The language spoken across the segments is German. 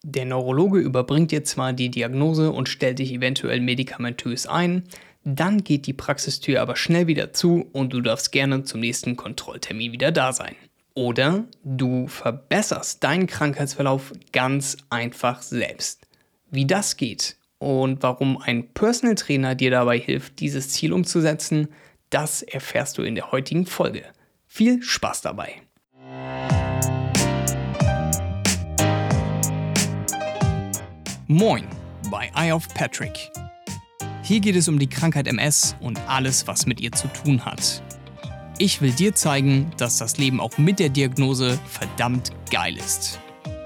Der Neurologe überbringt dir zwar die Diagnose und stellt dich eventuell medikamentös ein, dann geht die Praxistür aber schnell wieder zu und du darfst gerne zum nächsten Kontrolltermin wieder da sein. Oder du verbesserst deinen Krankheitsverlauf ganz einfach selbst. Wie das geht und warum ein Personal Trainer dir dabei hilft, dieses Ziel umzusetzen, das erfährst du in der heutigen Folge. Viel Spaß dabei! Moin bei Eye of Patrick. Hier geht es um die Krankheit MS und alles, was mit ihr zu tun hat. Ich will dir zeigen, dass das Leben auch mit der Diagnose verdammt geil ist.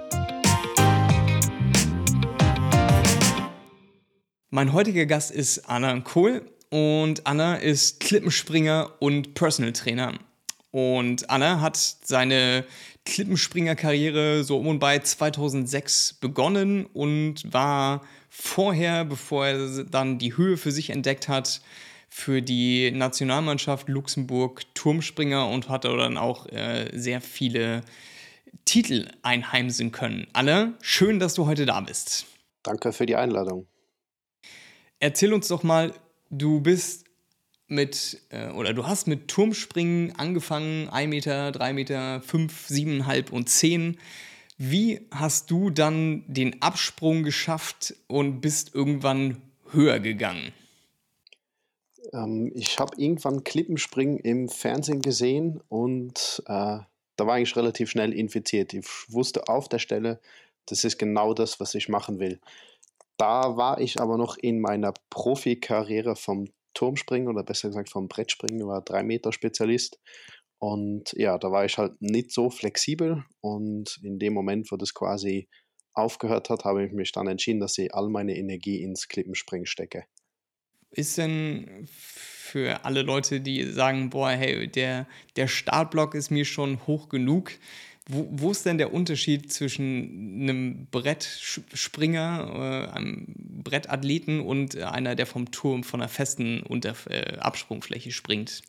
Mein heutiger Gast ist Anna Kohl und Anna ist Klippenspringer und Personal Trainer. Und Anna hat seine Klippenspringer-Karriere so um und bei 2006 begonnen und war vorher, bevor er dann die Höhe für sich entdeckt hat, für die Nationalmannschaft Luxemburg Turmspringer und hatte dann auch sehr viele Titel einheimsen können. Anna, schön, dass du heute da bist. Danke für die Einladung. Erzähl uns doch mal, du hast mit Turmspringen angefangen, 1 Meter, 3 Meter, 5, 7,5 und 10. Wie hast du dann den Absprung geschafft und bist irgendwann höher gegangen? Ich habe irgendwann Klippenspringen im Fernsehen gesehen und da war ich relativ schnell infiziert. Ich wusste auf der Stelle, das ist genau das, was ich machen will. Da war ich aber noch in meiner Profikarriere vom Turmspringen oder besser gesagt vom Brettspringen, war 3 Meter Spezialist. Und ja, da war ich halt nicht so flexibel und in dem Moment, wo das quasi aufgehört hat, habe ich mich dann entschieden, dass ich all meine Energie ins Klippenspringen stecke. Ist denn für alle Leute, die sagen, boah, hey, der Startblock ist mir schon hoch genug, wo ist denn der Unterschied zwischen einem Brettspringer, einem Brettathleten und einer, der vom Turm von einer festen Absprungfläche springt?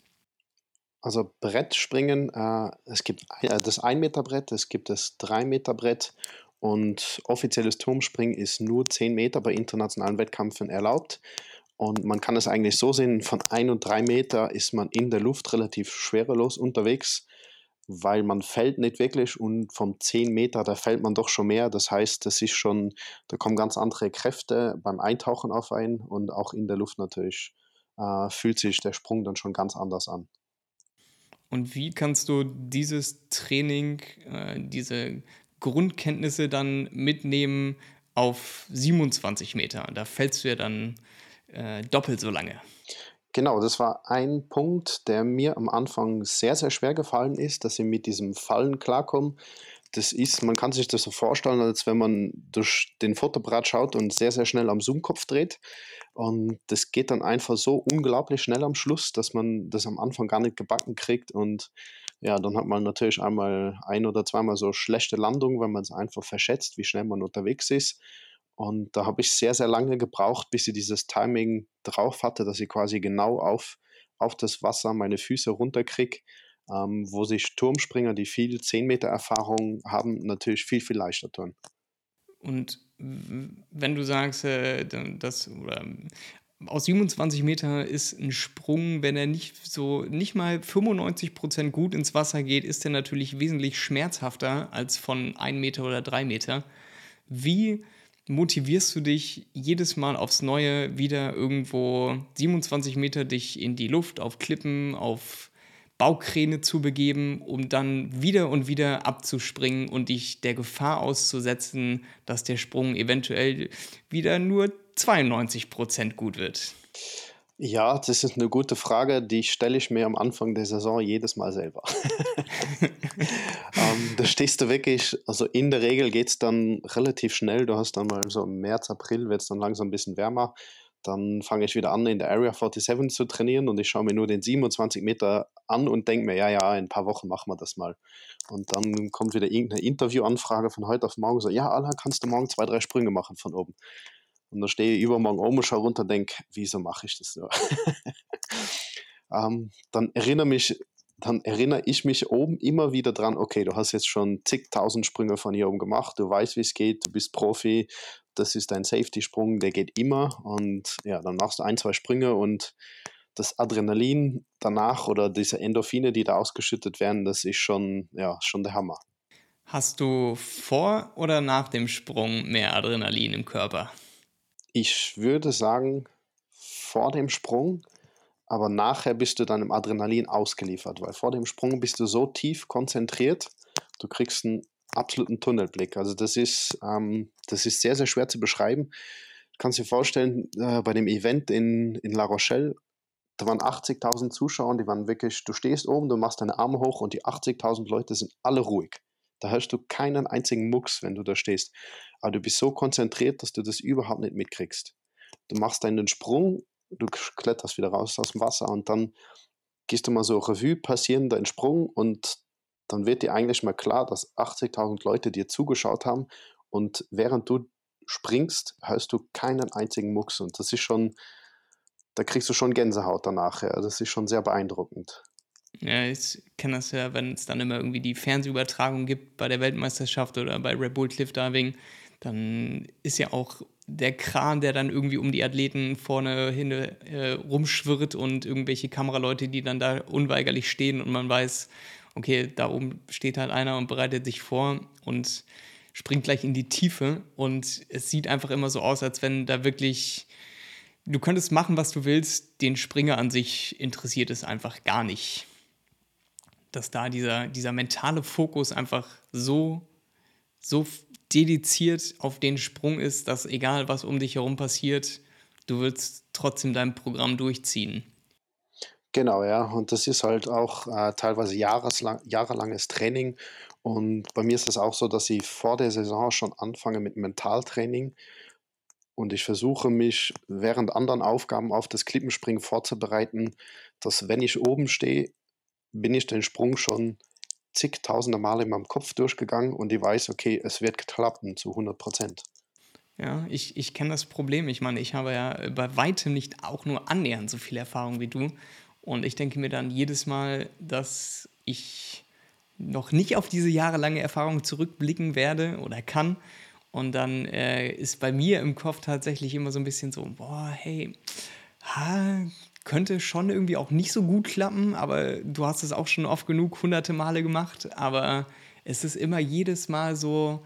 Also Brettspringen, es gibt das 1 Meter Brett, es gibt das 3 Meter Brett und offizielles Turmspringen ist nur 10 Meter bei internationalen Wettkämpfen erlaubt. Und man kann es eigentlich so sehen, von 1 und 3 Meter ist man in der Luft relativ schwerelos unterwegs, weil man fällt nicht wirklich und vom 10 Meter, da fällt man doch schon mehr. Das heißt, da kommen ganz andere Kräfte beim Eintauchen auf einen und auch in der Luft natürlich fühlt sich der Sprung dann schon ganz anders an. Und wie kannst du dieses Training, diese Grundkenntnisse dann mitnehmen auf 27 Meter? Da fällst du ja dann doppelt so lange. Genau, das war ein Punkt, der mir am Anfang sehr, sehr schwer gefallen ist, dass ich mit diesem Fallen klarkomme. Man kann sich das so vorstellen, als wenn man durch den Fotoapparat schaut und sehr, sehr schnell am Zoomkopf dreht. Und das geht dann einfach so unglaublich schnell am Schluss, dass man das am Anfang gar nicht gebacken kriegt. Und ja, dann hat man natürlich einmal ein oder zweimal so schlechte Landungen, weil man es einfach verschätzt, wie schnell man unterwegs ist. Und da habe ich sehr, sehr lange gebraucht, bis ich dieses Timing drauf hatte, dass ich quasi genau auf das Wasser meine Füße runterkriege, wo sich Turmspringer, die viel 10 Meter Erfahrung haben, natürlich viel, viel leichter tun. Und wenn du sagst, aus 27 Meter ist ein Sprung, wenn er nicht mal 95% gut ins Wasser geht, ist der natürlich wesentlich schmerzhafter als von 1 Meter oder 3 Meter. Wie motivierst du dich jedes Mal aufs Neue wieder irgendwo 27 Meter dich in die Luft, auf Klippen, auf Baukräne zu begeben, um dann wieder und wieder abzuspringen und dich der Gefahr auszusetzen, dass der Sprung eventuell wieder nur 92% gut wird? Ja, das ist eine gute Frage, die stelle ich mir am Anfang der Saison jedes Mal selber. Da stehst du wirklich, also in der Regel geht's dann relativ schnell. Du hast dann mal so im März, April wird's dann langsam ein bisschen wärmer. Dann fange ich wieder an, in der Area 47 zu trainieren und ich schaue mir nur den 27 Meter an und denke mir: „Ja, ja, in ein paar Wochen machen wir das mal.“ Und dann kommt wieder irgendeine Interviewanfrage von heute auf morgen so: „Ja, Alter, kannst du morgen 2 3 Sprünge machen von oben?“ Und dann stehe ich übermorgen oben, schaue runter und denke: „Wieso mache ich das nur?“ Dann erinnere mich dann erinnere ich mich oben immer wieder dran, okay, du hast jetzt schon zigtausend Sprünge von hier oben gemacht, du weißt, wie es geht, du bist Profi, das ist dein Safety-Sprung, der geht immer und ja, dann machst du ein, zwei Sprünge und das Adrenalin danach oder diese Endorphine, die da ausgeschüttet werden, das ist schon, ja, schon der Hammer. Hast du vor oder nach dem Sprung mehr Adrenalin im Körper? Ich würde sagen, vor dem Sprung, aber nachher bist du deinem Adrenalin ausgeliefert, weil vor dem Sprung bist du so tief konzentriert, du kriegst einen absoluten Tunnelblick. Also das ist sehr, sehr schwer zu beschreiben. Du kannst dir vorstellen, bei dem Event in La Rochelle, da waren 80.000 Zuschauer und die waren wirklich, du stehst oben, du machst deine Arme hoch und die 80.000 Leute sind alle ruhig. Da hörst du keinen einzigen Mucks, wenn du da stehst. Aber du bist so konzentriert, dass du das überhaupt nicht mitkriegst. Du machst einen Sprung, du kletterst wieder raus aus dem Wasser und dann gehst du mal so Revue passieren, deinen Sprung und dann wird dir eigentlich mal klar, dass 80.000 Leute dir zugeschaut haben und während du springst, hörst du keinen einzigen Mucks und das ist schon, da kriegst du schon Gänsehaut danach, ja. Das ist schon sehr beeindruckend. Ja, ich kenne das ja, wenn es dann immer irgendwie die Fernsehübertragung gibt bei der Weltmeisterschaft oder bei Red Bull Cliff Diving, dann ist ja auch der Kran, der dann irgendwie um die Athleten vorne hin rumschwirrt und irgendwelche Kameraleute, die dann da unweigerlich stehen und man weiß, okay, da oben steht halt einer und bereitet sich vor und springt gleich in die Tiefe und es sieht einfach immer so aus, als wenn da wirklich du könntest machen, was du willst, den Springer an sich interessiert es einfach gar nicht, dass da dieser mentale Fokus einfach so dediziert auf den Sprung ist, dass egal was um dich herum passiert, du willst trotzdem dein Programm durchziehen. Genau, ja. Und das ist halt auch teilweise jahrelanges Training. Und bei mir ist es auch so, dass ich vor der Saison schon anfange mit Mentaltraining. Und ich versuche mich während anderen Aufgaben auf das Klippenspringen vorzubereiten, dass wenn ich oben stehe, bin ich den Sprung schon zigtausende Male in meinem Kopf durchgegangen und ich weiß, okay, es wird klappen zu 100%. Ja, ich kenne das Problem. Ich meine, ich habe ja bei weitem nicht auch nur annähernd so viel Erfahrung wie du. Und ich denke mir dann jedes Mal, dass ich noch nicht auf diese jahrelange Erfahrung zurückblicken werde oder kann. Und dann ist bei mir im Kopf tatsächlich immer so ein bisschen so, boah, hey, könnte schon irgendwie auch nicht so gut klappen, aber du hast es auch schon oft genug hunderte Male gemacht. Aber es ist immer jedes Mal so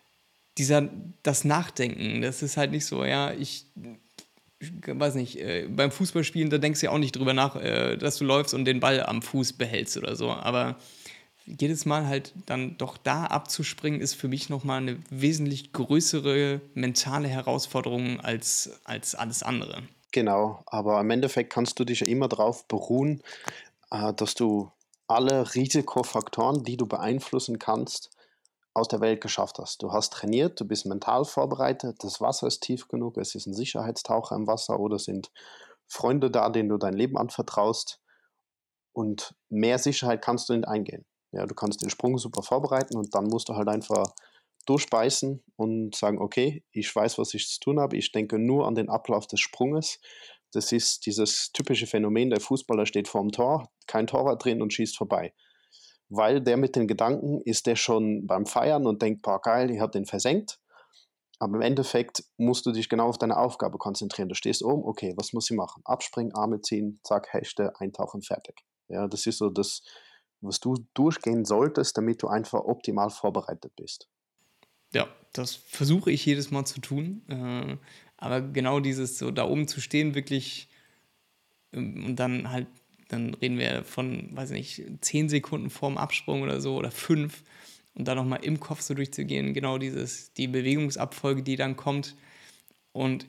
das Nachdenken. Das ist halt nicht so, ja, ich weiß nicht, beim Fußballspielen, da denkst du ja auch nicht drüber nach, dass du läufst und den Ball am Fuß behältst oder so. Aber jedes Mal halt dann doch da abzuspringen, ist für mich nochmal eine wesentlich größere mentale Herausforderung als alles andere. Genau, aber im Endeffekt kannst du dich ja immer darauf beruhen, dass du alle Risikofaktoren, die du beeinflussen kannst, aus der Welt geschafft hast. Du hast trainiert, du bist mental vorbereitet, das Wasser ist tief genug, es ist ein Sicherheitstaucher im Wasser oder es sind Freunde da, denen du dein Leben anvertraust und mehr Sicherheit kannst du nicht eingehen. Ja, du kannst den Sprung super vorbereiten und dann musst du halt einfach durchbeißen und sagen, okay, ich weiß, was ich zu tun habe, ich denke nur an den Ablauf des Sprunges. Das ist dieses typische Phänomen, der Fußballer steht vorm Tor, kein Torwart drin und schießt vorbei. Weil der mit den Gedanken ist der schon beim Feiern und denkt, boah geil, ich habe den versenkt. Aber im Endeffekt musst du dich genau auf deine Aufgabe konzentrieren. Du stehst oben, okay, was muss ich machen? Abspringen, Arme ziehen, zack, Hechte, eintauchen, fertig. Ja, das ist so das, was du durchgehen solltest, damit du einfach optimal vorbereitet bist. Ja, das versuche ich jedes Mal zu tun. Aber genau dieses so da oben zu stehen, wirklich und dann halt, dann reden wir von, weiß nicht, 10 Sekunden vorm Absprung oder so oder 5 und dann nochmal im Kopf so durchzugehen, genau die Bewegungsabfolge, die dann kommt. Und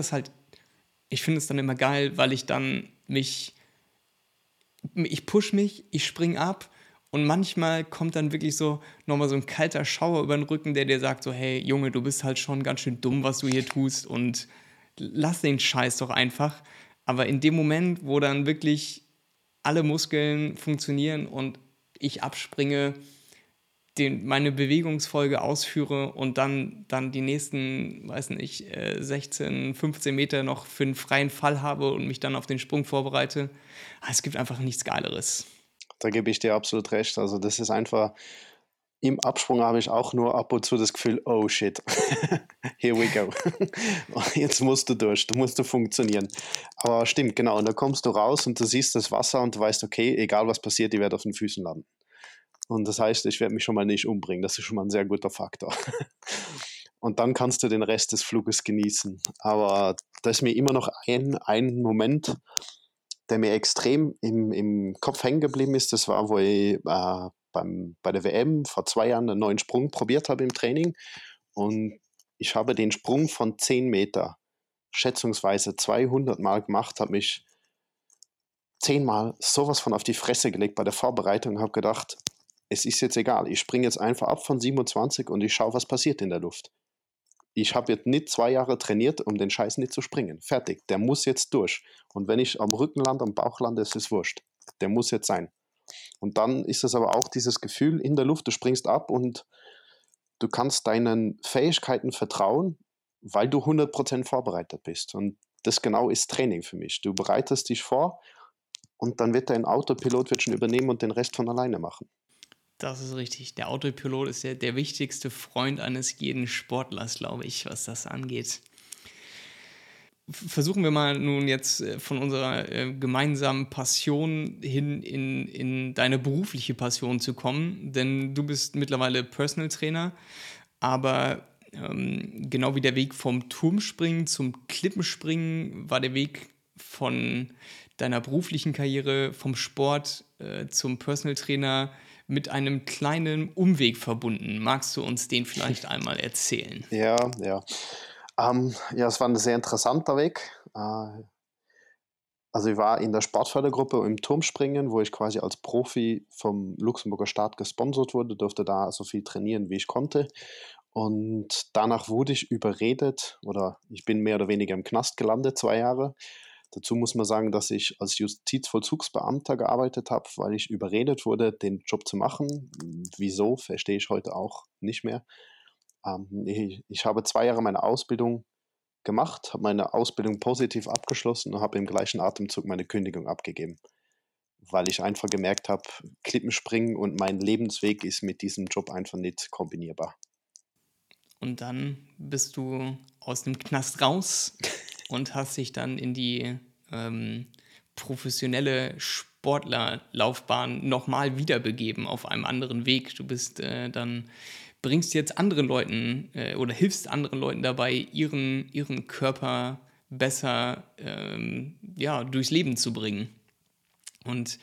ich finde es dann immer geil, weil ich push mich, ich spring ab und manchmal kommt dann wirklich so nochmal so ein kalter Schauer über den Rücken, der dir sagt so, hey Junge, du bist halt schon ganz schön dumm, was du hier tust und lass den Scheiß doch einfach. Aber in dem Moment, wo dann wirklich alle Muskeln funktionieren und ich abspringe, meine Bewegungsfolge ausführe und dann die nächsten, weiß nicht, 16, 15 Meter noch für einen freien Fall habe und mich dann auf den Sprung vorbereite. Es gibt einfach nichts Geileres. Da gebe ich dir absolut recht. Also das ist einfach, im Absprung habe ich auch nur ab und zu das Gefühl, oh shit, here we go. Jetzt musst du durch, du musst du funktionieren. Aber stimmt, genau. Und da kommst du raus und du siehst das Wasser und du weißt, okay, egal was passiert, ich werde auf den Füßen landen. Und das heißt, ich werde mich schon mal nicht umbringen. Das ist schon mal ein sehr guter Faktor. Und dann kannst du den Rest des Fluges genießen. Aber da ist mir immer noch ein Moment, der mir extrem im Kopf hängen geblieben ist. Das war, wo ich bei der WM vor 2 Jahren einen neuen Sprung probiert habe im Training. Und ich habe den Sprung von 10 Meter schätzungsweise 200 Mal gemacht, habe mich 10 Mal sowas von auf die Fresse gelegt bei der Vorbereitung und habe gedacht, es ist jetzt egal, ich springe jetzt einfach ab von 27 und ich schaue, was passiert in der Luft. Ich habe jetzt nicht 2 Jahre trainiert, um den Scheiß nicht zu springen. Fertig, der muss jetzt durch. Und wenn ich am Rücken lande, am Bauch lande, ist es wurscht. Der muss jetzt sein. Und dann ist es aber auch dieses Gefühl in der Luft, du springst ab und du kannst deinen Fähigkeiten vertrauen, weil du 100% vorbereitet bist. Und das genau ist Training für mich. Du bereitest dich vor und dann wird dein Autopilot wird schon übernehmen und den Rest von alleine machen. Das ist richtig. Der Autopilot ist der wichtigste Freund eines jeden Sportlers, glaube ich, was das angeht. Versuchen wir mal nun jetzt von unserer gemeinsamen Passion hin in deine berufliche Passion zu kommen, denn du bist mittlerweile Personal Trainer, aber genau wie der Weg vom Turmspringen zum Klippenspringen war der Weg von deiner beruflichen Karriere, vom Sport zum Personal Trainer mit einem kleinen Umweg verbunden. Magst du uns den vielleicht einmal erzählen? Ja, ja. Ja, es war ein sehr interessanter Weg. Also ich war in der Sportfördergruppe im Turmspringen, wo ich quasi als Profi vom Luxemburger Staat gesponsert wurde, durfte da so viel trainieren, wie ich konnte. Und danach wurde ich überredet oder ich bin mehr oder weniger im Knast gelandet, 2 Jahre. Dazu muss man sagen, dass ich als Justizvollzugsbeamter gearbeitet habe, weil ich überredet wurde, den Job zu machen. Wieso, verstehe ich heute auch nicht mehr. Ich habe 2 Jahre meine Ausbildung gemacht, habe meine Ausbildung positiv abgeschlossen und habe im gleichen Atemzug meine Kündigung abgegeben, weil ich einfach gemerkt habe, Klippenspringen und mein Lebensweg ist mit diesem Job einfach nicht kombinierbar. Und dann bist du aus dem Knast raus und hast dich dann in die professionelle Sportlerlaufbahn nochmal wiederbegeben auf einem anderen Weg. Du bist bringst jetzt anderen Leuten oder hilfst anderen Leuten dabei, ihren Körper besser ja, durchs Leben zu bringen. Und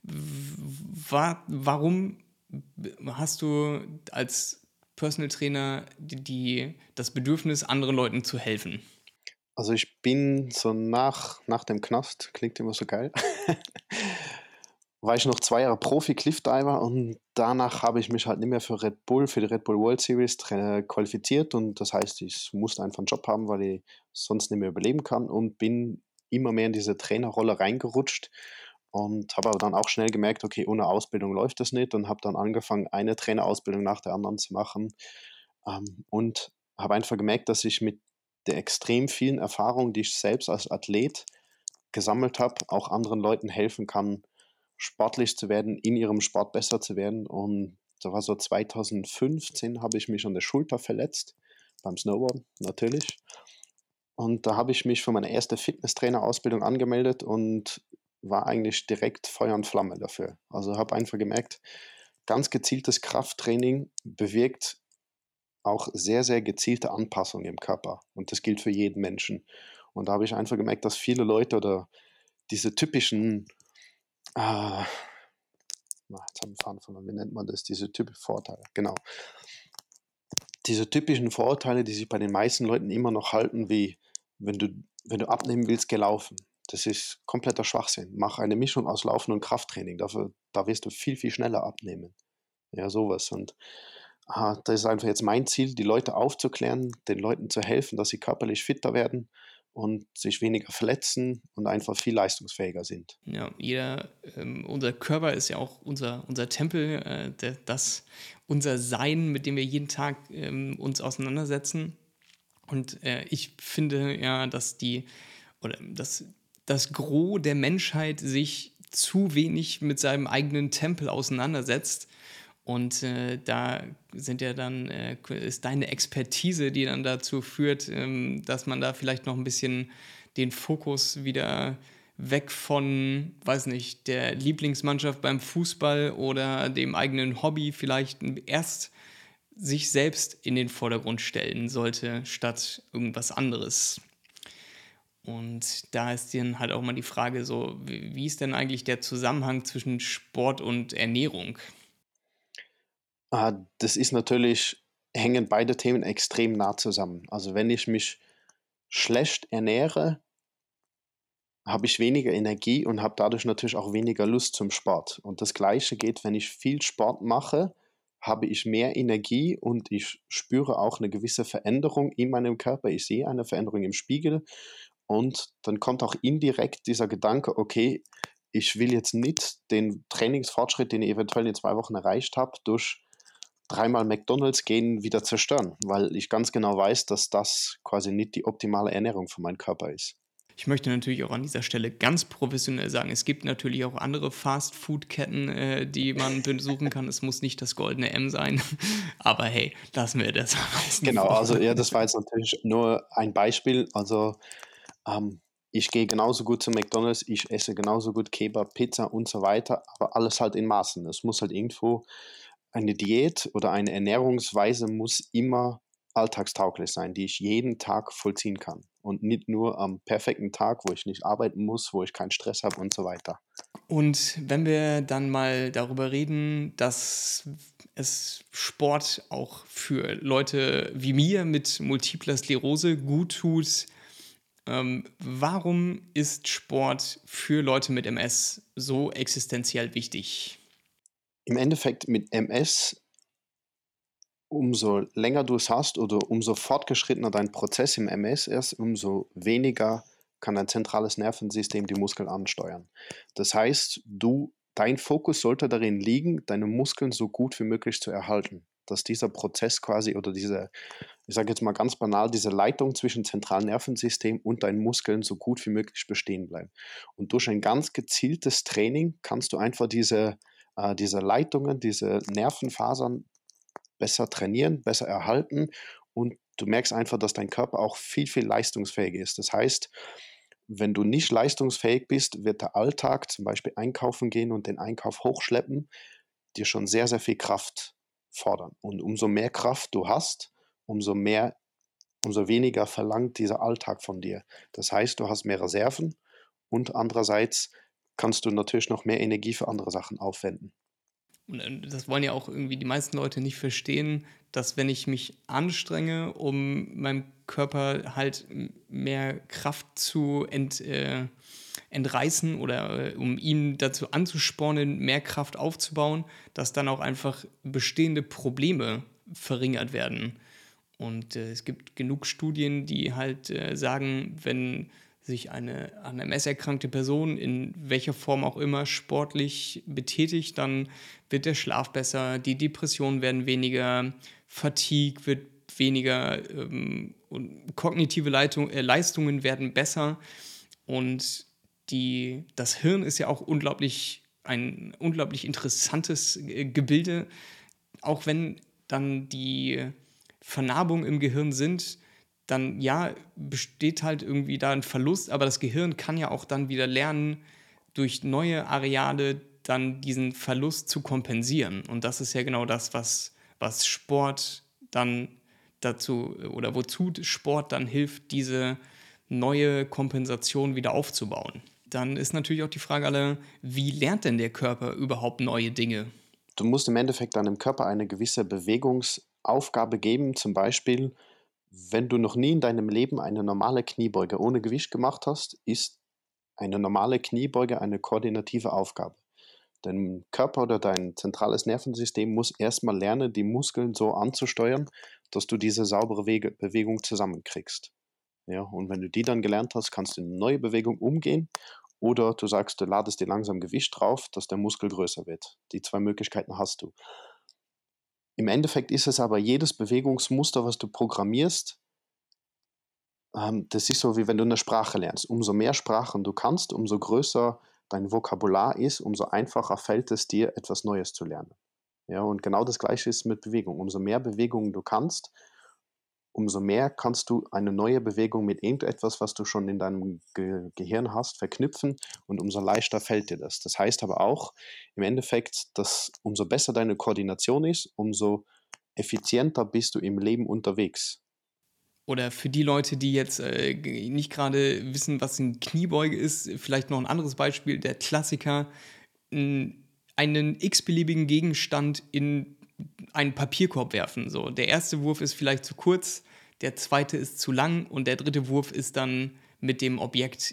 warum hast du als Personal Trainer das Bedürfnis, anderen Leuten zu helfen? Also ich bin so nach dem Knast, klingt immer so geil, war ich noch 2 Jahre Profi-Cliffdiver und danach habe ich mich halt nicht mehr für die Red Bull World Series qualifiziert und das heißt, ich musste einfach einen Job haben, weil ich sonst nicht mehr überleben kann und bin immer mehr in diese Trainerrolle reingerutscht und habe aber dann auch schnell gemerkt, okay, ohne Ausbildung läuft das nicht und habe dann angefangen, eine Trainerausbildung nach der anderen zu machen und habe einfach gemerkt, dass ich mit der extrem vielen Erfahrung, die ich selbst als Athlet gesammelt habe, auch anderen Leuten helfen kann, sportlich zu werden, in ihrem Sport besser zu werden. Und da war so 2015, habe ich mich an der Schulter verletzt, beim Snowboarden natürlich. Und da habe ich mich für meine erste Fitnesstrainerausbildung angemeldet und war eigentlich direkt Feuer und Flamme dafür. Also habe einfach gemerkt, ganz gezieltes Krafttraining bewirkt auch sehr, sehr gezielte Anpassung im Körper. Und das gilt für jeden Menschen. Und da habe ich einfach gemerkt, dass viele Leute oder diese typischen, jetzt haben wir Faden verloren, wie nennt man das? Diese typischen Vorteile, genau. Diese typischen Vorteile, die sich bei den meisten Leuten immer noch halten, wie wenn du abnehmen willst, geh laufen. Das ist kompletter Schwachsinn. Mach eine Mischung aus Laufen und Krafttraining. Da wirst du viel, viel schneller abnehmen. Ja, sowas. Und das ist einfach jetzt mein Ziel, die Leute aufzuklären, den Leuten zu helfen, dass sie körperlich fitter werden und sich weniger verletzen und einfach viel leistungsfähiger sind. Ja, unser Körper ist ja auch unser Tempel, unser Sein, mit dem wir jeden Tag uns auseinandersetzen. Und ich finde ja, dass das Gros der Menschheit sich zu wenig mit seinem eigenen Tempel auseinandersetzt. Und da sind ja dann, ist deine Expertise, die dann dazu führt, dass man da vielleicht noch ein bisschen den Fokus wieder weg von, weiß nicht, der Lieblingsmannschaft beim Fußball oder dem eigenen Hobby vielleicht erst sich selbst in den Vordergrund stellen sollte, statt irgendwas anderes. Und da ist dann halt auch mal die Frage so, wie ist denn eigentlich der Zusammenhang zwischen Sport und Ernährung? Das ist natürlich, hängen beide Themen extrem nah zusammen. Also wenn ich mich schlecht ernähre, habe ich weniger Energie und habe dadurch natürlich auch weniger Lust zum Sport. Und das Gleiche geht, wenn ich viel Sport mache, habe ich mehr Energie und ich spüre auch eine gewisse Veränderung in meinem Körper. Ich sehe eine Veränderung im Spiegel und dann kommt auch indirekt dieser Gedanke, okay, ich will jetzt nicht den Trainingsfortschritt, den ich eventuell in 2 Wochen erreicht habe, durch dreimal McDonald's gehen wieder zerstören, weil ich ganz genau weiß, dass das quasi nicht die optimale Ernährung für meinen Körper ist. Ich möchte natürlich auch an dieser Stelle ganz professionell sagen, es gibt natürlich auch andere Fast-Food-Ketten, die man besuchen kann. Es muss nicht das goldene M sein. Aber hey, lassen wir das am besten Genau, vor. also ja, das war jetzt natürlich nur ein Beispiel. Also ähm, ich gehe genauso gut zu McDonald's, ich esse genauso gut Kebab, Pizza und so weiter, aber alles halt in Maßen. Es muss halt irgendwo eine Diät oder eine Ernährungsweise muss immer alltagstauglich sein, die ich jeden Tag vollziehen kann. Und nicht nur am perfekten Tag, wo ich nicht arbeiten muss, wo ich keinen Stress habe und so weiter. Und wenn wir dann mal darüber reden, dass es Sport auch für Leute wie mir mit multipler Sklerose gut tut, warum ist Sport für Leute mit MS so existenziell wichtig? Im Endeffekt mit MS, umso länger du es hast oder umso fortgeschrittener dein Prozess im MS ist, umso weniger kann dein zentrales Nervensystem die Muskeln ansteuern. Das heißt, dein Fokus sollte darin liegen, deine Muskeln so gut wie möglich zu erhalten. Dass dieser Prozess quasi oder diese, ich sage jetzt mal ganz banal, diese Leitung zwischen zentralen Nervensystem und deinen Muskeln so gut wie möglich bestehen bleiben. Und durch ein ganz gezieltes Training kannst du einfach diese Leitungen, diese Nervenfasern besser trainieren, besser erhalten und du merkst einfach, dass dein Körper auch viel, viel leistungsfähiger ist. Das heißt, wenn du nicht leistungsfähig bist, wird der Alltag, zum Beispiel einkaufen gehen und den Einkauf hochschleppen, dir schon sehr, sehr viel Kraft fordern. Und umso mehr Kraft du hast, umso mehr, umso weniger verlangt dieser Alltag von dir. Das heißt, du hast mehr Reserven und andererseits kannst du natürlich noch mehr Energie für andere Sachen aufwenden. Und das wollen ja auch irgendwie die meisten Leute nicht verstehen, dass wenn ich mich anstrenge, um meinem Körper halt mehr Kraft zu entreißen oder um ihn dazu anzuspornen, mehr Kraft aufzubauen, dass dann auch einfach bestehende Probleme verringert werden. Und es gibt genug Studien, die halt sagen, wenn sich eine an MS erkrankte Person in welcher Form auch immer sportlich betätigt, dann wird der Schlaf besser, die Depressionen werden weniger, Fatigue wird weniger und kognitive Leistungen werden besser und das Hirn ist ja auch ein unglaublich interessantes Gebilde, auch wenn dann die Vernarbungen im Gehirn sind, dann ja, besteht halt irgendwie da ein Verlust, aber das Gehirn kann ja auch dann wieder lernen, durch neue Areale dann diesen Verlust zu kompensieren. Und das ist ja genau das, was Sport dann dazu oder wozu Sport dann hilft, diese neue Kompensation wieder aufzubauen. Dann ist natürlich auch die Frage alle, wie lernt denn der Körper überhaupt neue Dinge? Du musst im Endeffekt deinem Körper eine gewisse Bewegungsaufgabe geben. Zum Beispiel, wenn du noch nie in deinem Leben eine normale Kniebeuge ohne Gewicht gemacht hast, ist eine normale Kniebeuge eine koordinative Aufgabe. Dein Körper oder dein zentrales Nervensystem muss erstmal lernen, die Muskeln so anzusteuern, dass du diese saubere Bewegung zusammenkriegst. Ja, und wenn du die dann gelernt hast, kannst du in eine neue Bewegung umgehen oder du sagst, du ladest dir langsam Gewicht drauf, dass der Muskel größer wird. Die zwei Möglichkeiten hast du. Im Endeffekt ist es aber jedes Bewegungsmuster, was du programmierst, das ist so, wie wenn du eine Sprache lernst. Umso mehr Sprachen du kannst, umso größer dein Vokabular ist, umso einfacher fällt es dir, etwas Neues zu lernen. Ja, und genau das Gleiche ist mit Bewegung. Umso mehr Bewegung du kannst, umso mehr kannst du eine neue Bewegung mit irgendetwas, was du schon in deinem Gehirn hast, verknüpfen und umso leichter fällt dir das. Das heißt aber auch im Endeffekt, dass umso besser deine Koordination ist, umso effizienter bist du im Leben unterwegs. Oder für die Leute, die jetzt nicht gerade wissen, was eine Kniebeuge ist, vielleicht noch ein anderes Beispiel, der Klassiker, einen x-beliebigen Gegenstand in einen Papierkorb werfen. So, der erste Wurf ist vielleicht zu kurz, der zweite ist zu lang und der dritte Wurf ist dann mit dem Objekt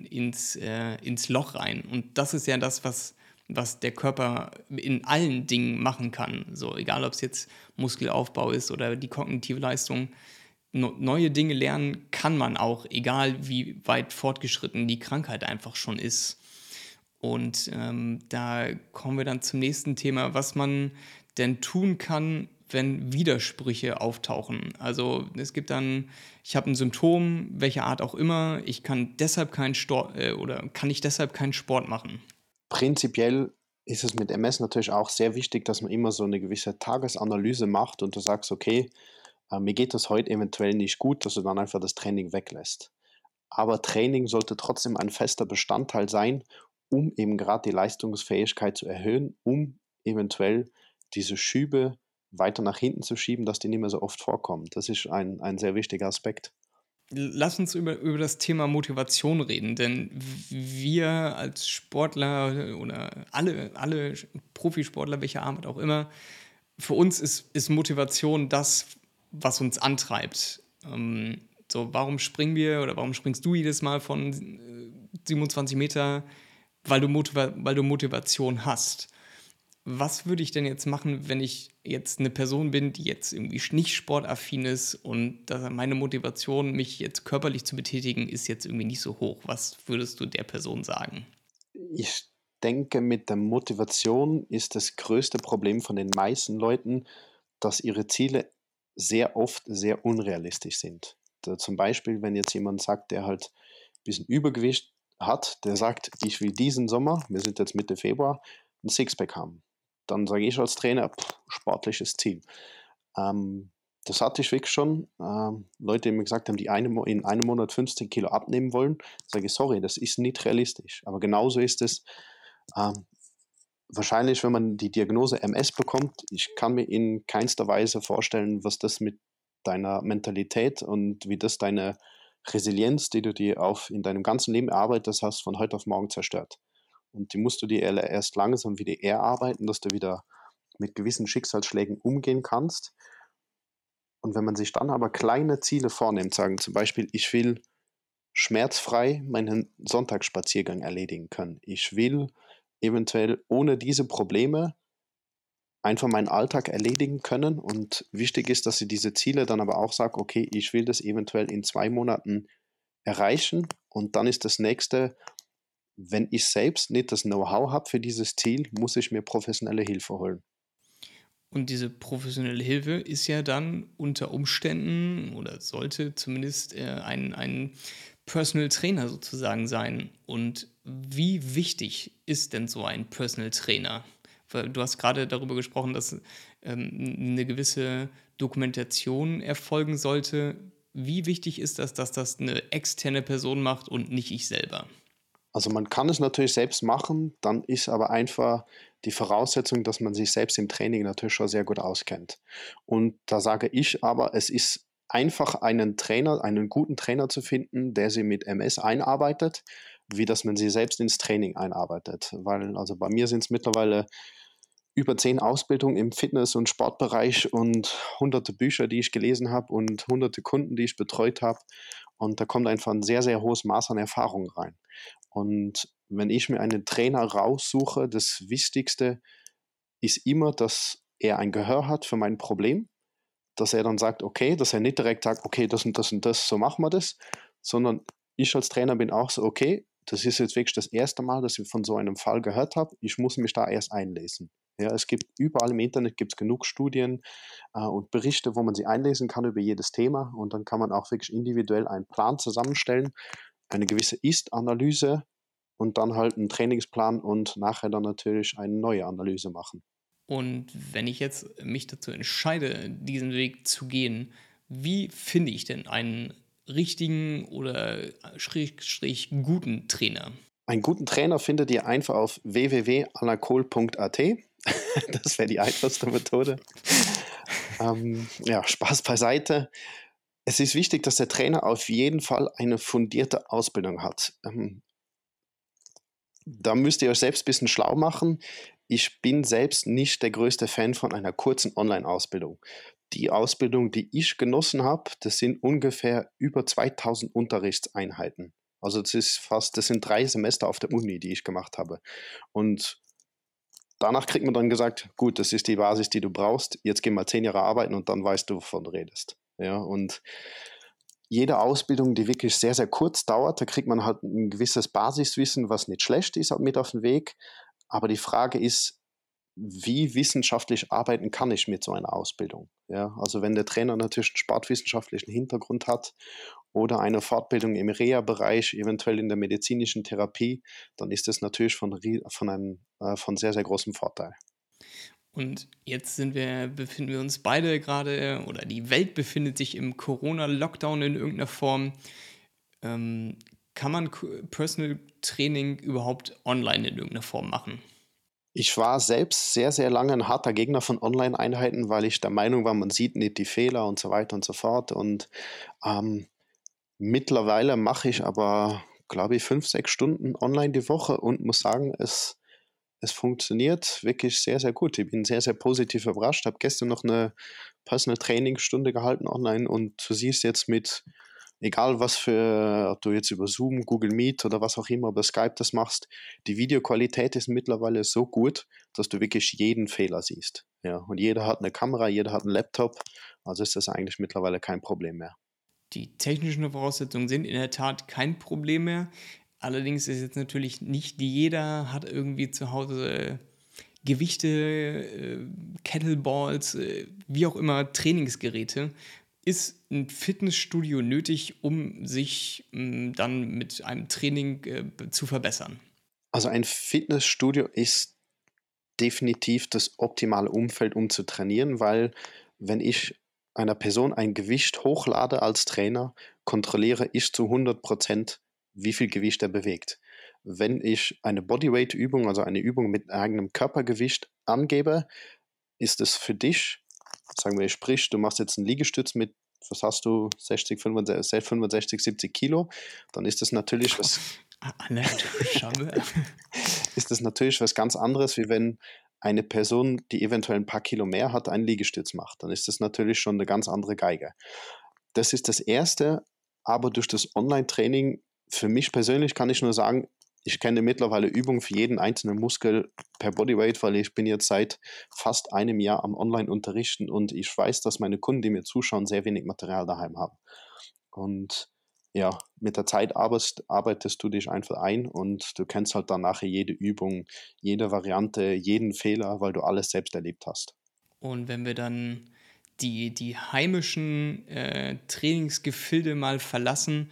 ins Loch rein. Und das ist ja das, was der Körper in allen Dingen machen kann. So, egal ob es jetzt Muskelaufbau ist oder die kognitive Leistung. Neue Dinge lernen kann man auch, egal wie weit fortgeschritten die Krankheit einfach schon ist. Und da kommen wir dann zum nächsten Thema, was man denn tun kann, wenn Widersprüche auftauchen. Also es gibt dann, ich habe ein Symptom, welcher Art auch immer, ich kann deshalb oder kann ich deshalb keinen Sport machen. Prinzipiell ist es mit MS natürlich auch sehr wichtig, dass man immer so eine gewisse Tagesanalyse macht und du sagst, okay, mir geht das heute eventuell nicht gut, dass du dann einfach das Training weglässt. Aber Training sollte trotzdem ein fester Bestandteil sein, um eben gerade die Leistungsfähigkeit zu erhöhen, um eventuell diese Schübe weiter nach hinten zu schieben, dass die nicht mehr so oft vorkommen. Das ist ein sehr wichtiger Aspekt. Lass uns über das Thema Motivation reden, denn wir als Sportler oder alle Profisportler, welcher Art auch immer, für uns ist Motivation das, was uns antreibt. So, warum springen wir oder warum springst du jedes Mal von 27 Meter? Weil du Motivation hast. Was würde ich denn jetzt machen, wenn ich jetzt eine Person bin, die jetzt irgendwie nicht sportaffin ist und meine Motivation, mich jetzt körperlich zu betätigen, ist jetzt irgendwie nicht so hoch? Was würdest du der Person sagen? Ich denke, mit der Motivation ist das größte Problem von den meisten Leuten, dass ihre Ziele sehr oft sehr unrealistisch sind. Da zum Beispiel, wenn jetzt jemand sagt, der halt ein bisschen Übergewicht hat, der sagt, ich will diesen Sommer, wir sind jetzt Mitte Februar, ein Sixpack haben. Dann sage ich als Trainer, sportliches Ziel. Ähm, Das hatte ich wirklich schon. Leute, die mir gesagt haben, die in einem Monat 15 Kilo abnehmen wollen, sage ich, sorry, das ist nicht realistisch. Aber genauso ist es ähm, wahrscheinlich, wenn man die Diagnose MS bekommt. Ich kann mir in keinster Weise vorstellen, was das mit deiner Mentalität und wie das deine Resilienz, die du dir in deinem ganzen Leben erarbeitet hast, von heute auf morgen zerstört. Und die musst du dir erst langsam wieder erarbeiten, dass du wieder mit gewissen Schicksalsschlägen umgehen kannst. Und wenn man sich dann aber kleine Ziele vornimmt, sagen zum Beispiel, ich will schmerzfrei meinen Sonntagsspaziergang erledigen können. Ich will eventuell ohne diese Probleme einfach meinen Alltag erledigen können. Und wichtig ist, dass sie diese Ziele dann aber auch sagen, okay, ich will das eventuell in 2 Monaten erreichen. Und dann ist das nächste, wenn ich selbst nicht das Know-how habe für dieses Ziel, muss ich mir professionelle Hilfe holen. Und diese professionelle Hilfe ist ja dann unter Umständen oder sollte zumindest ein Personal Trainer sozusagen sein. Und wie wichtig ist denn so ein Personal Trainer? Weil du hast gerade darüber gesprochen, dass eine gewisse Dokumentation erfolgen sollte. Wie wichtig ist das, dass das eine externe Person macht und nicht ich selber? Also man kann es natürlich selbst machen, dann ist aber einfach die Voraussetzung, dass man sich selbst im Training natürlich schon sehr gut auskennt. Und da sage ich aber, es ist einfach einen Trainer, einen guten Trainer zu finden, der sie mit MS einarbeitet, wie dass man sie selbst ins Training einarbeitet. Weil, also bei mir sind es mittlerweile über 10 Ausbildungen im Fitness- und Sportbereich und hunderte Bücher, die ich gelesen habe und hunderte Kunden, die ich betreut habe. Und da kommt einfach ein sehr, sehr hohes Maß an Erfahrung rein. Und wenn ich mir einen Trainer raussuche, das Wichtigste ist immer, dass er ein Gehör hat für mein Problem, dass er dann sagt, okay, dass er nicht direkt sagt, okay, das und das und das, so machen wir das, sondern ich als Trainer bin auch so, okay, das ist jetzt wirklich das erste Mal, dass ich von so einem Fall gehört habe. Ich muss mich da erst einlesen. Ja, es gibt überall im Internet gibt's genug Studien und Berichte, wo man sich einlesen kann über jedes Thema und dann kann man auch wirklich individuell einen Plan zusammenstellen, eine gewisse Ist-Analyse und dann halt einen Trainingsplan und nachher dann natürlich eine neue Analyse machen. Und wenn ich jetzt mich dazu entscheide, diesen Weg zu gehen, wie finde ich denn einen richtigen oder schrägstrich guten Trainer? Einen guten Trainer findet ihr einfach auf www.anacol.at. Das wäre die einfachste Methode. Ja, Spaß beiseite. Es ist wichtig, dass der Trainer auf jeden Fall eine fundierte Ausbildung hat. Da müsst ihr euch selbst ein bisschen schlau machen. Ich bin selbst nicht der größte Fan von einer kurzen Online-Ausbildung. Die Ausbildung, die ich genossen habe, das sind ungefähr über 2000 Unterrichtseinheiten. Also das sind 3 Semester auf der Uni, die ich gemacht habe. Und danach kriegt man dann gesagt, gut, das ist die Basis, die du brauchst. Jetzt geh mal 10 Jahre arbeiten und dann weißt du, wovon du redest. Ja, und jede Ausbildung, die wirklich sehr, sehr kurz dauert, da kriegt man halt ein gewisses Basiswissen, was nicht schlecht ist, mit auf den Weg. Aber die Frage ist, wie wissenschaftlich arbeiten kann ich mit so einer Ausbildung? Ja, also wenn der Trainer natürlich einen sportwissenschaftlichen Hintergrund hat oder eine Fortbildung im Reha-Bereich, eventuell in der medizinischen Therapie, dann ist das natürlich von sehr, sehr großem Vorteil. Und jetzt befinden wir uns beide gerade oder die Welt befindet sich im Corona-Lockdown in irgendeiner Form. Ähm, kann man Personal Training überhaupt online in irgendeiner Form machen? Ich war selbst sehr, sehr lange ein harter Gegner von Online-Einheiten, weil ich der Meinung war, man sieht nicht die Fehler und so weiter und so fort. Und ähm, mittlerweile mache ich aber, glaube ich, 5, 6 Stunden online die Woche und muss sagen, es funktioniert wirklich sehr, sehr gut. Ich bin sehr, sehr positiv überrascht. Habe gestern noch eine Personal Training Stunde gehalten online und du siehst jetzt egal was ob du jetzt über Zoom, Google Meet oder was auch immer, über Skype das machst, die Videoqualität ist mittlerweile so gut, dass du wirklich jeden Fehler siehst. Ja, und jeder hat eine Kamera, jeder hat einen Laptop, also ist das eigentlich mittlerweile kein Problem mehr. Die technischen Voraussetzungen sind in der Tat kein Problem mehr. Allerdings ist jetzt natürlich nicht jeder hat irgendwie zu Hause Gewichte, Kettlebells, wie auch immer, Trainingsgeräte. Ist ein Fitnessstudio nötig, um sich dann mit einem Training zu verbessern? Also ein Fitnessstudio ist definitiv das optimale Umfeld, um zu trainieren, weil wenn ich einer Person ein Gewicht hochlade als Trainer, kontrolliere ich zu 100%, wie viel Gewicht er bewegt. Wenn ich eine Bodyweight-Übung, also eine Übung mit eigenem Körpergewicht angebe, ist es für dich, sagen wir, sprich, du machst jetzt einen Liegestütz mit, was hast du, 60, 65, 70 Kilo, dann ist das natürlich Anekdote. ist das natürlich was ganz anderes, wie wenn eine Person, die eventuell ein paar Kilo mehr hat, einen Liegestütz macht. Dann ist das natürlich schon eine ganz andere Geige. Das ist das Erste, aber durch das Online-Training, für mich persönlich kann ich nur sagen, ich kenne mittlerweile Übungen für jeden einzelnen Muskel per Bodyweight, weil ich bin jetzt seit fast einem Jahr am Online-Unterrichten und ich weiß, dass meine Kunden, die mir zuschauen, sehr wenig Material daheim haben. Und ja, mit der Zeit arbeitest du dich einfach ein und du kennst halt dann nachher jede Übung, jede Variante, jeden Fehler, weil du alles selbst erlebt hast. Und wenn wir dann die heimischen Trainingsgefilde mal verlassen,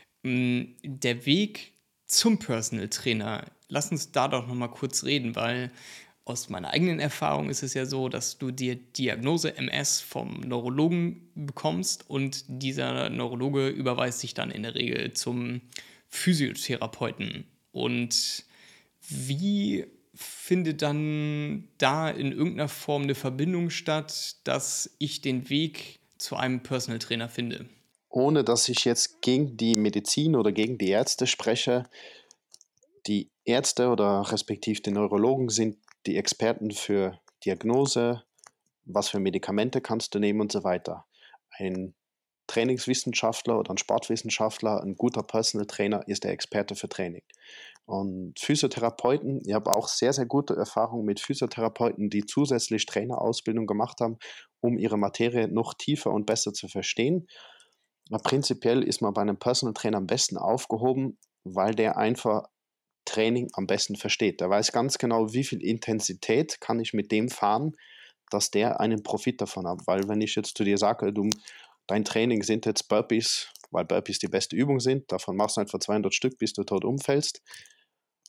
der Weg zum Personal Trainer, lass uns da doch noch mal kurz reden, weil aus meiner eigenen Erfahrung ist es ja so, dass du dir Diagnose MS vom Neurologen bekommst und dieser Neurologe überweist dich dann in der Regel zum Physiotherapeuten. Und wie findet dann da in irgendeiner Form eine Verbindung statt, dass ich den Weg zu einem Personal Trainer finde? Ohne dass ich jetzt gegen die Medizin oder gegen die Ärzte spreche, die Ärzte oder respektive die Neurologen sind die Experten für Diagnose, was für Medikamente kannst du nehmen und so weiter. Ein Trainingswissenschaftler oder ein Sportwissenschaftler, ein guter Personal Trainer ist der Experte für Training. Und Physiotherapeuten, ich habe auch sehr, sehr gute Erfahrungen mit Physiotherapeuten, die zusätzlich Trainerausbildung gemacht haben, um ihre Materie noch tiefer und besser zu verstehen. Aber prinzipiell ist man bei einem Personal Trainer am besten aufgehoben, weil der einfach Training am besten versteht. Der weiß ganz genau, wie viel Intensität kann ich mit dem fahren, dass der einen Profit davon hat. Weil wenn ich jetzt zu dir sage, dein Training sind jetzt Burpees, weil Burpees die beste Übung sind, davon machst du einfach 200 Stück, bis du tot umfällst,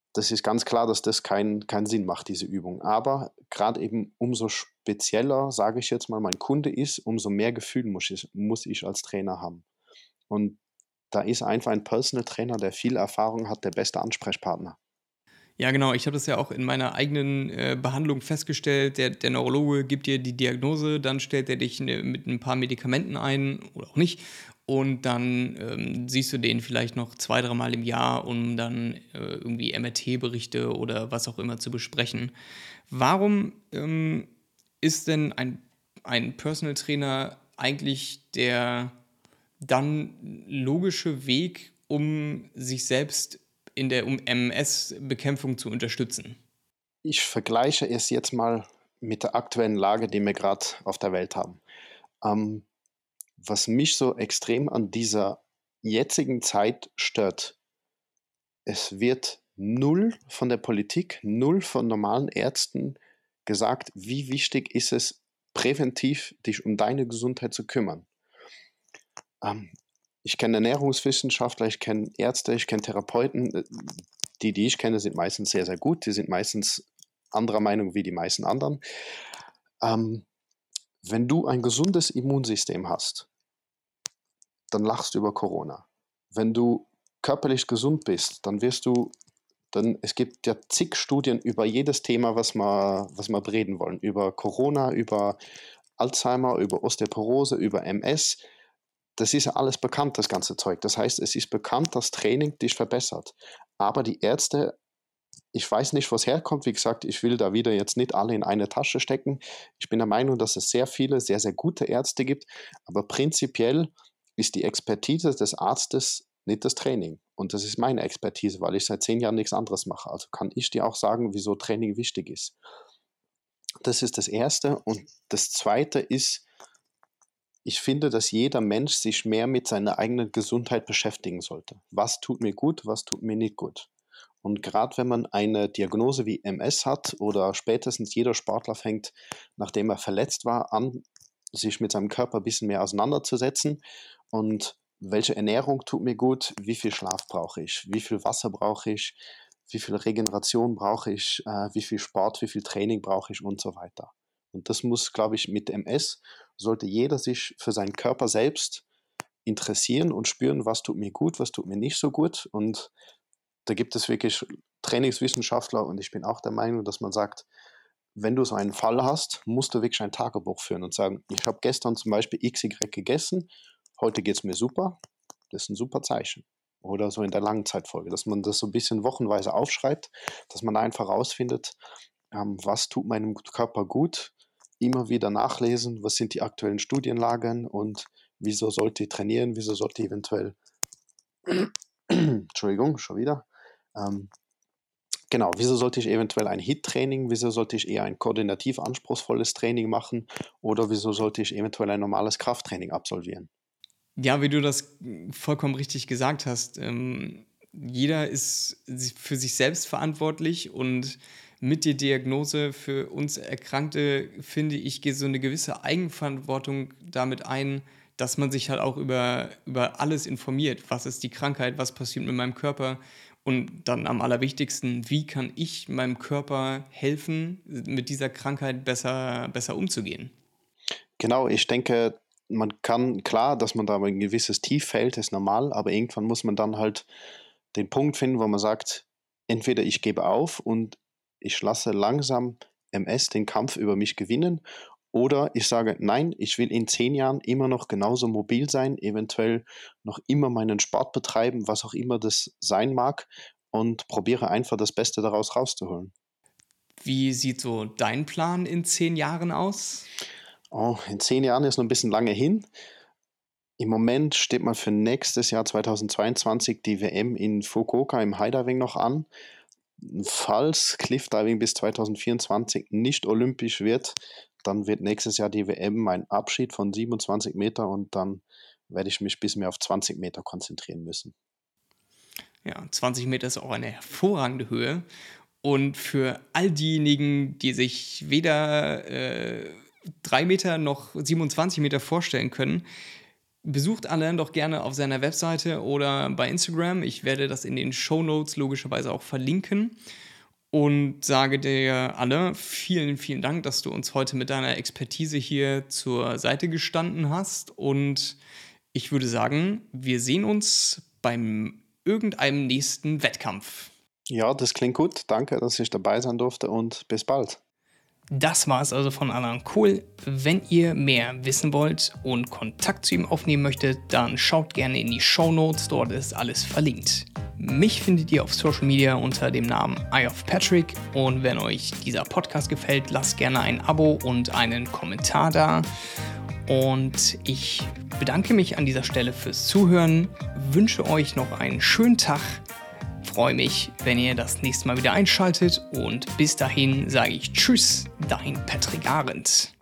Das ist ganz klar, dass das keinen Sinn macht, diese Übung. Aber gerade eben umso spezieller, sage ich jetzt mal, mein Kunde ist, umso mehr Gefühl muss ich als Trainer haben. Und da ist einfach ein Personal Trainer, der viel Erfahrung hat, der beste Ansprechpartner. Ja, genau. Ich habe das ja auch in meiner eigenen, Behandlung festgestellt. Der Neurologe gibt dir die Diagnose, dann stellt er dich, mit ein paar Medikamenten ein oder auch nicht. Und dann, siehst du den vielleicht noch 2, dreimal im Jahr, um dann, irgendwie MRT-Berichte oder was auch immer zu besprechen. Warum, ist denn ein Personal Trainer eigentlich der dann logische Weg, um sich selbst in der MS-Bekämpfung zu unterstützen? Ich vergleiche es jetzt mal mit der aktuellen Lage, die wir gerade auf der Welt haben. Ähm, Was mich so extrem an dieser jetzigen Zeit stört, es wird null von der Politik, null von normalen Ärzten gesagt, wie wichtig ist es, präventiv dich um deine Gesundheit zu kümmern. Ähm, Ich kenne Ernährungswissenschaftler, ich kenne Ärzte, ich kenne Therapeuten. Die ich kenne, sind meistens sehr, sehr gut. Die sind meistens anderer Meinung wie die meisten anderen. Ähm, Wenn du ein gesundes Immunsystem hast, dann lachst du über Corona. Wenn du körperlich gesund bist, es gibt ja zig Studien über jedes Thema, was wir bereden wollen. Über Corona, über Alzheimer, über Osteoporose, über MS. Das ist ja alles bekannt, das ganze Zeug. Das heißt, es ist bekannt, dass Training dich verbessert. Aber die Ärzte, ich weiß nicht, wo es herkommt. Wie gesagt, ich will da wieder jetzt nicht alle in eine Tasche stecken. Ich bin der Meinung, dass es sehr viele, sehr, sehr gute Ärzte gibt. Aber prinzipiell ist die Expertise des Arztes nicht das Training. Und das ist meine Expertise, weil ich seit 10 Jahren nichts anderes mache. Also kann ich dir auch sagen, wieso Training wichtig ist. Das ist das Erste. Und das Zweite ist, ich finde, dass jeder Mensch sich mehr mit seiner eigenen Gesundheit beschäftigen sollte. Was tut mir gut, was tut mir nicht gut? Und gerade wenn man eine Diagnose wie MS hat oder spätestens jeder Sportler fängt, nachdem er verletzt war, an, sich mit seinem Körper ein bisschen mehr auseinanderzusetzen und welche Ernährung tut mir gut, wie viel Schlaf brauche ich, wie viel Wasser brauche ich, wie viel Regeneration brauche ich, wie viel Sport, wie viel Training brauche ich und so weiter. Und das muss, glaube ich, mit MS sollte jeder sich für seinen Körper selbst interessieren und spüren, was tut mir gut, was tut mir nicht so gut. Und da gibt es wirklich Trainingswissenschaftler und ich bin auch der Meinung, dass man sagt, wenn du so einen Fall hast, musst du wirklich ein Tagebuch führen und sagen, ich habe gestern zum Beispiel XY gegessen, heute geht es mir super, das ist ein super Zeichen. Oder so in der Langzeitfolge, dass man das so ein bisschen wochenweise aufschreibt, dass man einfach rausfindet, was tut meinem Körper gut, immer wieder nachlesen, was sind die aktuellen Studienlagen und wieso sollte ich trainieren, wieso sollte ich eventuell, Entschuldigung, schon wieder, ähm, genau, wieso sollte ich eventuell ein HIIT-Training, wieso sollte ich eher ein koordinativ anspruchsvolles Training machen oder wieso sollte ich eventuell ein normales Krafttraining absolvieren? Ja, wie du das vollkommen richtig gesagt hast. Jeder ist für sich selbst verantwortlich und mit der Diagnose für uns Erkrankte, finde ich, geht so eine gewisse Eigenverantwortung damit ein, dass man sich halt auch über alles informiert. Was ist die Krankheit? Was passiert mit meinem Körper? Und dann am allerwichtigsten, wie kann ich meinem Körper helfen, mit dieser Krankheit besser umzugehen? Genau, ich denke, man kann, klar, dass man da ein gewisses Tief fällt, ist normal, aber irgendwann muss man dann halt den Punkt finden, wo man sagt, entweder ich gebe auf und ich lasse langsam MS den Kampf über mich gewinnen oder ich sage, nein, ich will in 10 Jahren immer noch genauso mobil sein, eventuell noch immer meinen Sport betreiben, was auch immer das sein mag und probiere einfach das Beste daraus rauszuholen. Wie sieht so dein Plan in 10 Jahren aus? Oh, in 10 Jahren ist noch ein bisschen lange hin. Im Moment steht mal für nächstes Jahr 2022 die WM in Fukuoka im Haidiving noch an. Falls Cliffdiving bis 2024 nicht olympisch wird, dann wird nächstes Jahr die WM mein Abschied von 27 Meter und dann werde ich mich bis mehr auf 20 Meter konzentrieren müssen. Ja, 20 Meter ist auch eine hervorragende Höhe. Und für all diejenigen, die sich weder 3 Meter noch 27 Meter vorstellen können, Besucht Alain doch gerne auf seiner Webseite oder bei Instagram. Ich werde das in den Shownotes logischerweise auch verlinken. Und sage dir, Alain, vielen, vielen Dank, dass du uns heute mit deiner Expertise hier zur Seite gestanden hast. Und ich würde sagen, wir sehen uns beim irgendeinem nächsten Wettkampf. Ja, das klingt gut. Danke, dass ich dabei sein durfte und bis bald. Das war es also von Alain Kohl. Wenn ihr mehr wissen wollt und Kontakt zu ihm aufnehmen möchtet, dann schaut gerne in die Shownotes, dort ist alles verlinkt. Mich findet ihr auf Social Media unter dem Namen Eye of Patrick und wenn euch dieser Podcast gefällt, lasst gerne ein Abo und einen Kommentar da. Und ich bedanke mich an dieser Stelle fürs Zuhören, wünsche euch noch einen schönen Tag. Freue mich, wenn ihr das nächste Mal wieder einschaltet und bis dahin sage ich Tschüss, dein Patrick Arendt.